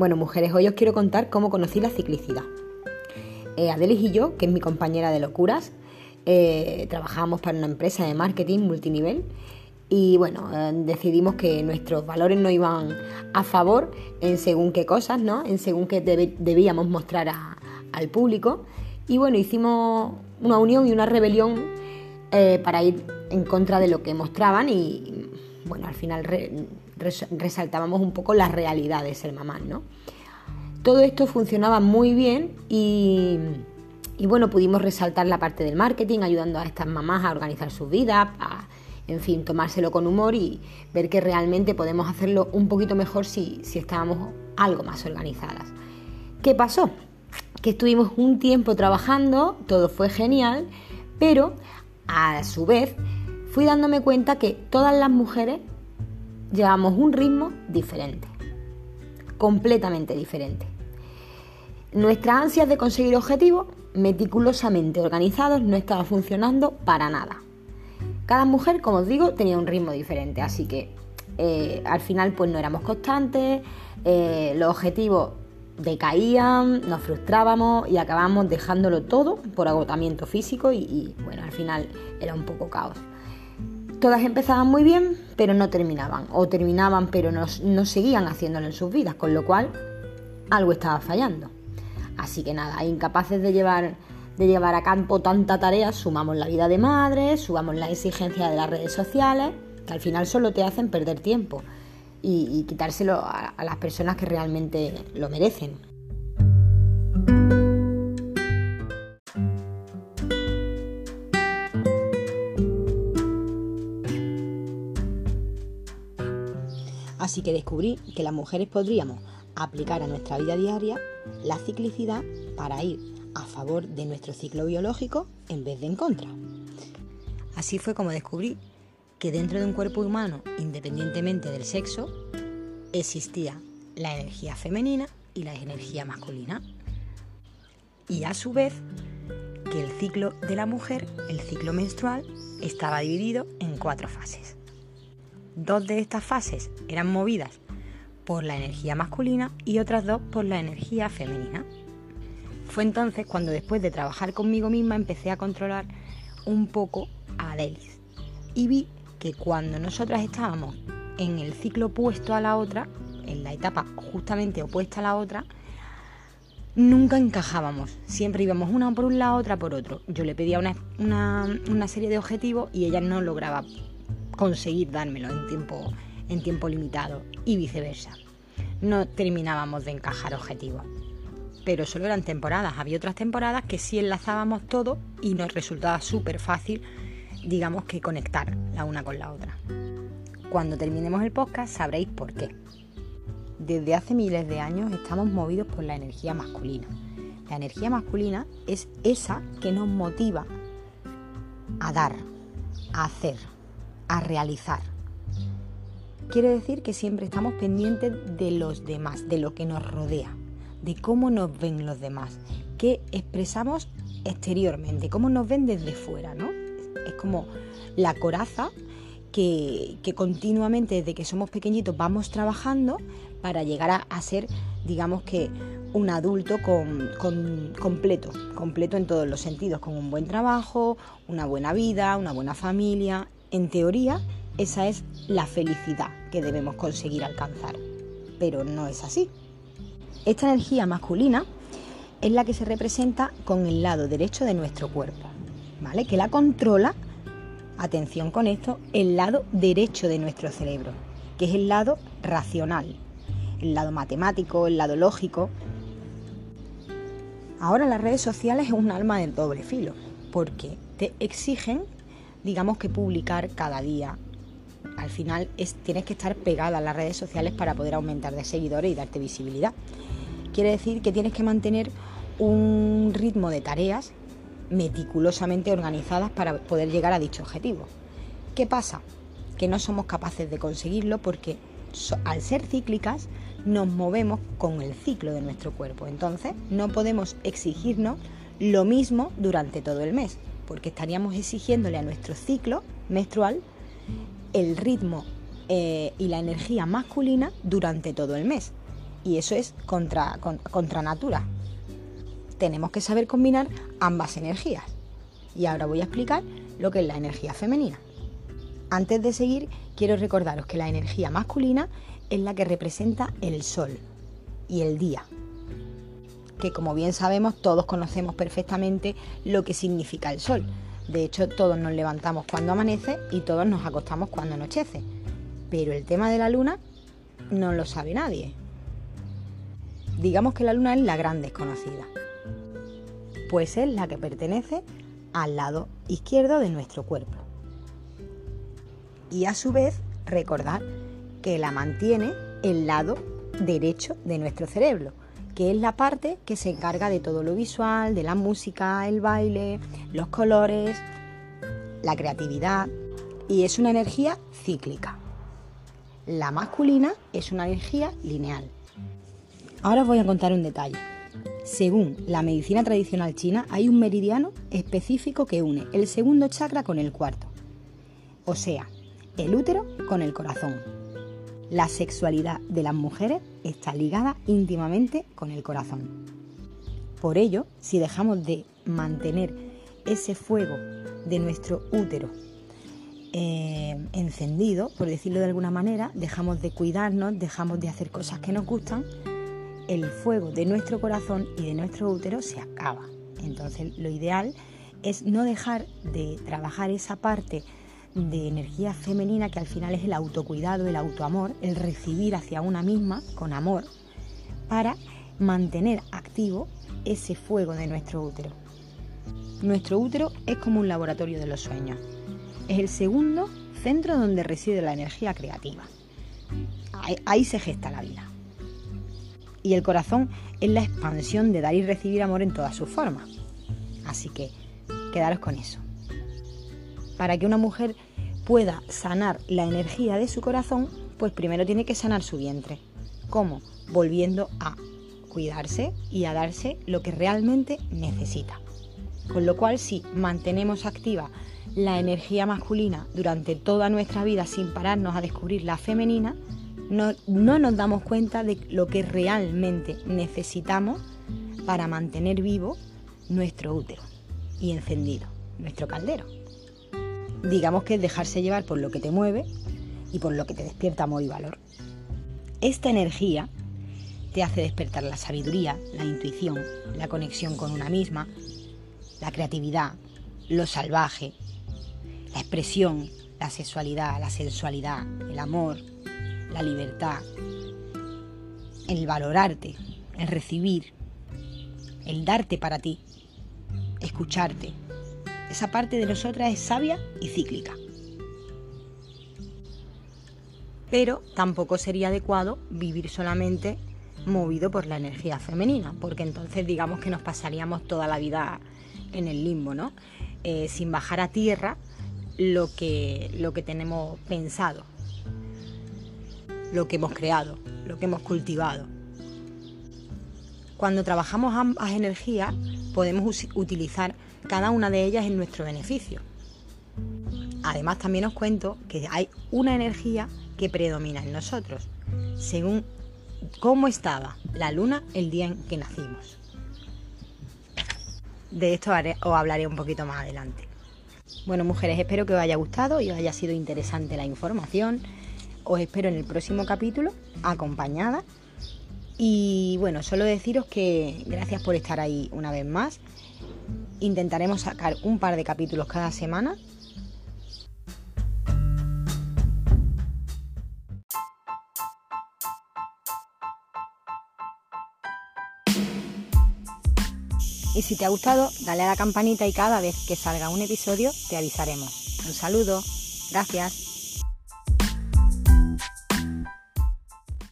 Bueno, mujeres, hoy os quiero contar cómo conocí la ciclicidad. Adelis y yo, que es mi compañera de locuras, trabajábamos para una empresa de marketing multinivel y bueno, decidimos que nuestros valores no iban a favor en según qué cosas, ¿no? En según qué debíamos mostrar al público. Y bueno, hicimos una unión y una rebelión para ir en contra de lo que mostraban y bueno, al final resaltábamos un poco la realidad de ser mamás, ¿no? Todo esto funcionaba muy bien y bueno, pudimos resaltar la parte del marketing, ayudando a estas mamás a organizar sus vidas, en fin, tomárselo con humor y ver que realmente podemos hacerlo un poquito mejor si estábamos algo más organizadas. ¿Qué pasó? Que estuvimos un tiempo trabajando, todo fue genial, pero a su vez fui dándome cuenta que todas las mujeres llevamos un ritmo diferente, completamente diferente. Nuestras ansias de conseguir objetivos meticulosamente organizados no estaban funcionando para nada. Cada mujer, como os digo, tenía un ritmo diferente, así que al final pues no éramos constantes, los objetivos decaían, nos frustrábamos y acabábamos dejándolo todo por agotamiento físico y bueno, al final era un poco caos. Todas empezaban muy bien, pero no terminaban, o terminaban pero no seguían haciéndolo en sus vidas, con lo cual algo estaba fallando. Así que nada, incapaces de llevar a campo tanta tarea, sumamos la vida de madre, sumamos la exigencia de las redes sociales, que al final solo te hacen perder tiempo y quitárselo a las personas que realmente lo merecen. Así que descubrí que las mujeres podríamos aplicar a nuestra vida diaria la ciclicidad para ir a favor de nuestro ciclo biológico en vez de en contra. Así fue como descubrí que dentro de un cuerpo humano, independientemente del sexo, existía la energía femenina y la energía masculina. Y a su vez, que el ciclo de la mujer, el ciclo menstrual, estaba dividido en 4 fases. 2 de estas fases eran movidas por la energía masculina y otras 2 por la energía femenina. Fue entonces cuando, después de trabajar conmigo misma, empecé a controlar un poco a Adelis y vi que cuando nosotras estábamos en el ciclo opuesto a la otra, en la etapa justamente opuesta a la otra, nunca encajábamos, siempre íbamos una por un lado, otra por otro. Yo le pedía una serie de objetivos y ella no lograba conseguir dármelo en tiempo limitado y viceversa. No terminábamos de encajar objetivos, pero solo eran temporadas. Había otras temporadas que sí enlazábamos todo y nos resultaba súper fácil, digamos, que conectar la una con la otra. Cuando terminemos el podcast sabréis por qué. Desde hace miles de años estamos movidos por la energía masculina. La energía masculina es esa que nos motiva a dar, a hacer, a realizar. Quiere decir que siempre estamos pendientes de los demás, de lo que nos rodea, de cómo nos ven los demás, qué expresamos exteriormente, cómo nos ven desde fuera, ¿no? Es como la coraza que continuamente, desde que somos pequeñitos, vamos trabajando para llegar a ser, digamos que, un adulto completo en todos los sentidos, con un buen trabajo, una buena vida, una buena familia. En teoría, esa es la felicidad que debemos conseguir alcanzar, pero no es así. Esta energía masculina es la que se representa con el lado derecho de nuestro cuerpo, ¿vale? Que la controla, atención con esto, el lado derecho de nuestro cerebro, que es el lado racional, el lado matemático, el lado lógico. Ahora las redes sociales es un arma de doble filo, porque te exigen, digamos, que publicar cada día. Al final tienes que estar pegada a las redes sociales para poder aumentar de seguidores y darte visibilidad. Quiere decir que tienes que mantener un ritmo de tareas meticulosamente organizadas para poder llegar a dicho objetivo. ¿Qué pasa? Que no somos capaces de conseguirlo porque al ser cíclicas nos movemos con el ciclo de nuestro cuerpo. Entonces no podemos exigirnos lo mismo durante todo el mes, porque estaríamos exigiéndole a nuestro ciclo menstrual el ritmo y la energía masculina durante todo el mes. y eso es contra natura. Tenemos que saber combinar ambas energías. Y ahora voy a explicar lo que es la energía femenina. Antes de seguir, quiero recordaros que la energía masculina es la que representa el sol y el día, que como bien sabemos todos conocemos perfectamente lo que significa el sol. De hecho, todos nos levantamos cuando amanece y todos nos acostamos cuando anochece. Pero el tema de la luna no lo sabe nadie. Digamos que la luna es la gran desconocida, pues es la que pertenece al lado izquierdo de nuestro cuerpo. Y a su vez, recordad que la mantiene el lado derecho de nuestro cerebro, que es la parte que se encarga de todo lo visual, de la música, el baile, los colores, la creatividad, y es una energía cíclica. La masculina es una energía lineal. Ahora os voy a contar un detalle. Según la medicina tradicional china, hay un meridiano específico que une el segundo chakra con el cuarto, o sea, el útero con el corazón. La sexualidad de las mujeres está ligada íntimamente con el corazón. Por ello, si dejamos de mantener ese fuego de nuestro útero encendido, por decirlo de alguna manera, dejamos de cuidarnos, dejamos de hacer cosas que nos gustan, el fuego de nuestro corazón y de nuestro útero se acaba. Entonces, lo ideal es no dejar de trabajar esa parte de energía femenina, que al final es el autocuidado, el autoamor, el recibir hacia una misma con amor, para mantener activo ese fuego de nuestro útero. Nuestro útero es como un laboratorio de los sueños. Es el segundo centro donde reside la energía creativa. Ahí se gesta la vida. Y el corazón es la expansión de dar y recibir amor en todas sus formas. Así que quedaros con eso. Para que una mujer pueda sanar la energía de su corazón, pues primero tiene que sanar su vientre. ¿Cómo? Volviendo a cuidarse y a darse lo que realmente necesita. Con lo cual, si mantenemos activa la energía masculina durante toda nuestra vida sin pararnos a descubrir la femenina, no nos damos cuenta de lo que realmente necesitamos para mantener vivo nuestro útero y encendido nuestro caldero. Digamos que es dejarse llevar por lo que te mueve y por lo que te despierta amor y valor. Esta energía te hace despertar la sabiduría, la intuición, la conexión con una misma, la creatividad, lo salvaje, la expresión, la sexualidad, la sensualidad, el amor, la libertad, el valorarte, el recibir, el darte para ti, escucharte. Esa parte de nosotras es sabia y cíclica. Pero tampoco sería adecuado vivir solamente movido por la energía femenina, porque entonces digamos que nos pasaríamos toda la vida en el limbo, ¿no? Sin bajar a tierra lo que tenemos pensado, lo que hemos creado, lo que hemos cultivado. Cuando trabajamos ambas energías, podemos utilizar cada una de ellas en nuestro beneficio. Además, también os cuento que hay una energía que predomina en nosotros, según cómo estaba la luna el día en que nacimos. De esto os hablaré un poquito más adelante. Bueno, mujeres, espero que os haya gustado y os haya sido interesante la información. Os espero en el próximo capítulo, acompañada. Y bueno, solo deciros que gracias por estar ahí una vez más. Intentaremos sacar un par de capítulos cada semana. Y si te ha gustado, dale a la campanita y cada vez que salga un episodio te avisaremos. Un saludo, gracias.